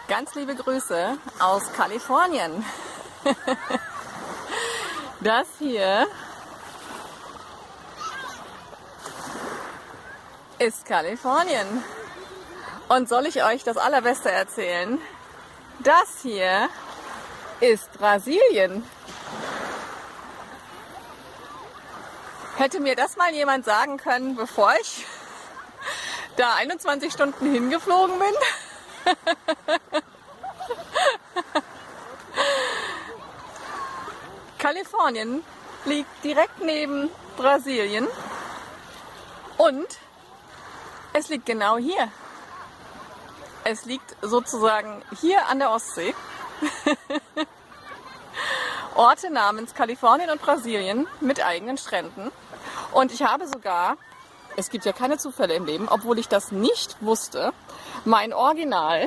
Ganz liebe Grüße aus Kalifornien. Das hier ist Kalifornien. Und soll ich euch das Allerbeste erzählen? Das hier ist Brasilien. Hätte mir das mal jemand sagen können, bevor ich da 21 Stunden hingeflogen bin? Kalifornien liegt direkt neben Brasilien und es liegt genau hier. Es liegt sozusagen hier an der Ostsee. Orte namens Kalifornien und Brasilien mit eigenen Stränden. Und ich habe sogar, es gibt ja keine Zufälle im Leben, obwohl ich das nicht wusste, mein Original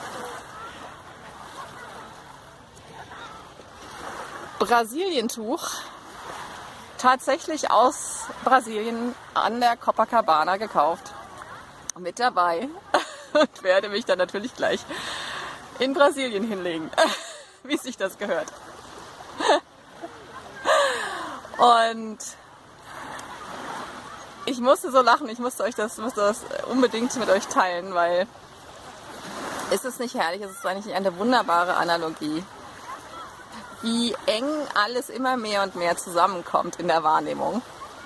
Brasilientuch tatsächlich aus Brasilien an der Copacabana gekauft. Mit dabei und werde mich dann natürlich gleich in Brasilien hinlegen, wie sich das gehört. Und ich musste so lachen, ich musste das unbedingt mit euch teilen, weil ist es nicht herrlich, es ist eigentlich eine wunderbare Analogie, wie eng alles immer mehr und mehr zusammenkommt in der Wahrnehmung,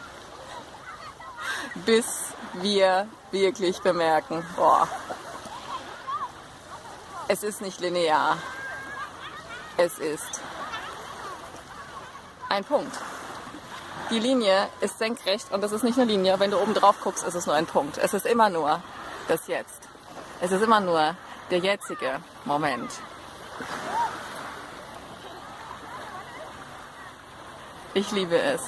bis wir wirklich bemerken, boah, es ist nicht linear, es ist ein Punkt. Die Linie ist senkrecht und das ist nicht eine Linie. Wenn du oben drauf guckst, ist es nur ein Punkt. Es ist immer nur das Jetzt. Es ist immer nur der jetzige Moment. Ich liebe es.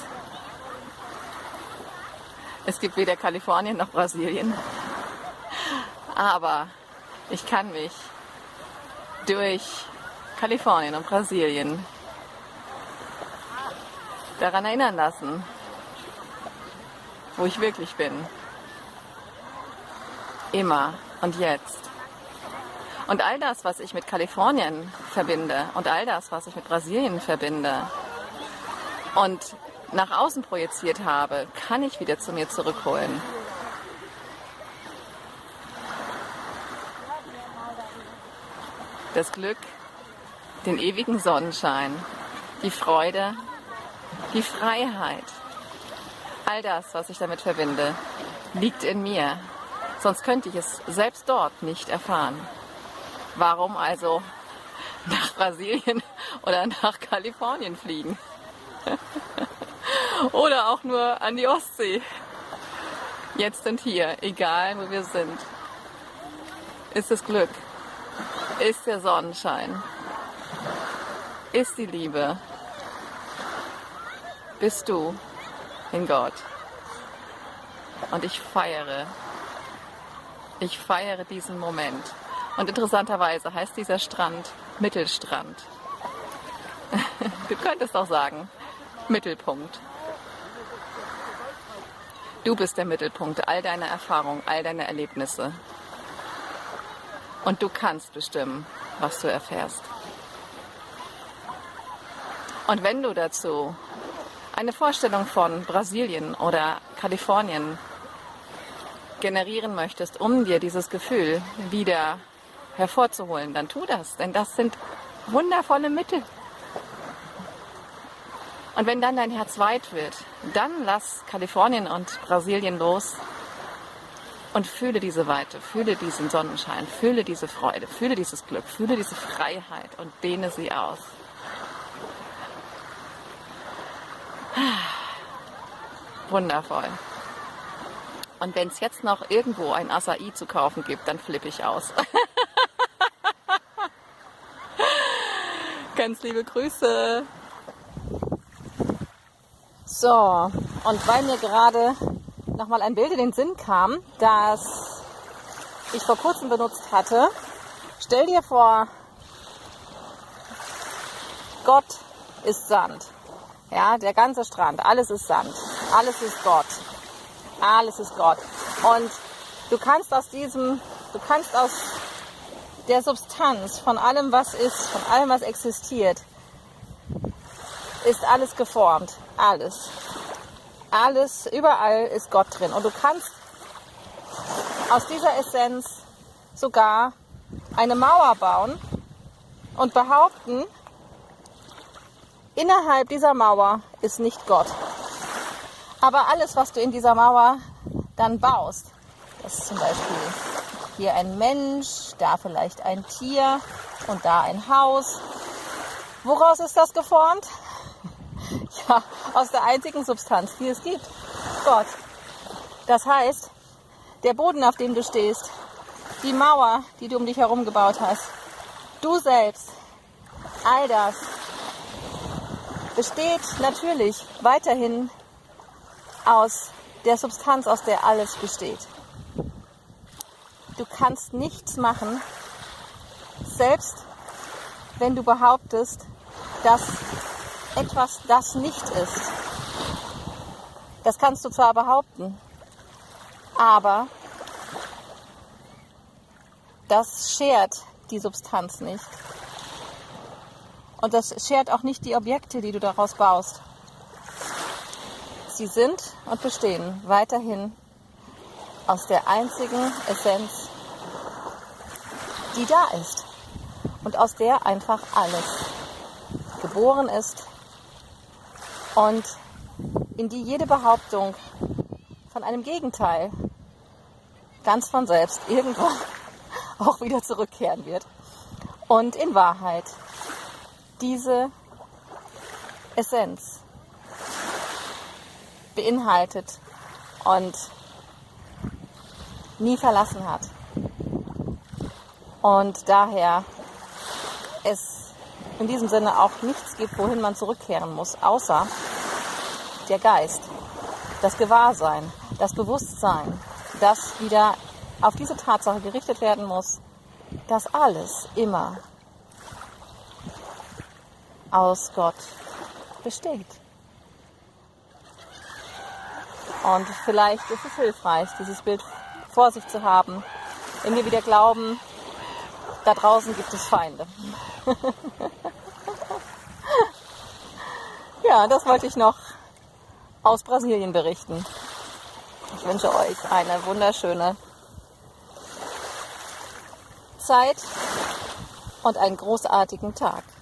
Es gibt weder Kalifornien noch Brasilien. Aber ich kann mich durch Kalifornien und Brasilien daran erinnern lassen, wo ich wirklich bin. Immer und jetzt. Und all das, was ich mit Kalifornien verbinde und all das, was ich mit Brasilien verbinde und nach außen projiziert habe, kann ich wieder zu mir zurückholen. Das Glück, den ewigen Sonnenschein, die Freude, die Freiheit, all das, was ich damit verbinde, liegt in mir. Sonst könnte ich es selbst dort nicht erfahren. Warum also nach Brasilien oder nach Kalifornien fliegen? Oder auch nur an die Ostsee. Jetzt und hier, egal wo wir sind. Ist das Glück? Ist der Sonnenschein? Ist die Liebe? Bist du in Gott? Und ich feiere diesen Moment. Und interessanterweise heißt dieser Strand Mittelstrand. Du könntest auch sagen, Mittelpunkt. Du bist der Mittelpunkt all deiner Erfahrungen, all deiner Erlebnisse. Und du kannst bestimmen, was du erfährst. Und wenn du dazu eine Vorstellung von Brasilien oder Kalifornien generieren möchtest, um dir dieses Gefühl wieder hervorzuholen, dann tu das, denn das sind wundervolle Mittel. Und wenn dann dein Herz weit wird, dann lass Kalifornien und Brasilien los und fühle diese Weite, fühle diesen Sonnenschein, fühle diese Freude, fühle dieses Glück, fühle diese Freiheit und dehne sie aus. Wundervoll. Und wenn es jetzt noch irgendwo ein Acai zu kaufen gibt, dann flippe ich aus. Ganz liebe Grüße. So, und weil mir gerade nochmal ein Bild in den Sinn kam, das ich vor kurzem benutzt hatte, stell dir vor, Gott ist Sand. Ja, der ganze Strand, alles ist Sand, alles ist Gott, alles ist Gott. Und du kannst aus der Substanz, von allem, was ist, von allem, was existiert, ist alles geformt. Alles. Alles, überall ist Gott drin. Und du kannst aus dieser Essenz sogar eine Mauer bauen und behaupten, innerhalb dieser Mauer ist nicht Gott. Aber alles, was du in dieser Mauer dann baust, das ist zum Beispiel hier ein Mensch, da vielleicht ein Tier und da ein Haus. Woraus ist das geformt? Ja, aus der einzigen Substanz, die es gibt, Gott. Das heißt, der Boden, auf dem du stehst, die Mauer, die du um dich herum gebaut hast, du selbst, all das besteht natürlich weiterhin aus der Substanz, aus der alles besteht. Du kannst nichts machen, selbst wenn du behauptest, dass etwas das nicht ist. Das kannst du zwar behaupten, aber das schert die Substanz nicht. Und das schert auch nicht die Objekte, die du daraus baust. Sie sind und bestehen weiterhin aus der einzigen Essenz, die da ist und aus der einfach alles geboren ist und in die jede Behauptung von einem Gegenteil ganz von selbst irgendwann auch wieder zurückkehren wird. Und in Wahrheit diese Essenz beinhaltet und nie verlassen hat. Und daher es in diesem Sinne auch nichts gibt, wohin man zurückkehren muss, außer der Geist, das Gewahrsein, das Bewusstsein, das wieder auf diese Tatsache gerichtet werden muss, dass alles immer aus Gott besteht. Und vielleicht ist es hilfreich, dieses Bild vor sich zu haben, wenn wir wieder glauben, da draußen gibt es Feinde. Ja, das wollte ich noch aus Brasilien berichten. Ich wünsche euch eine wunderschöne Zeit und einen großartigen Tag.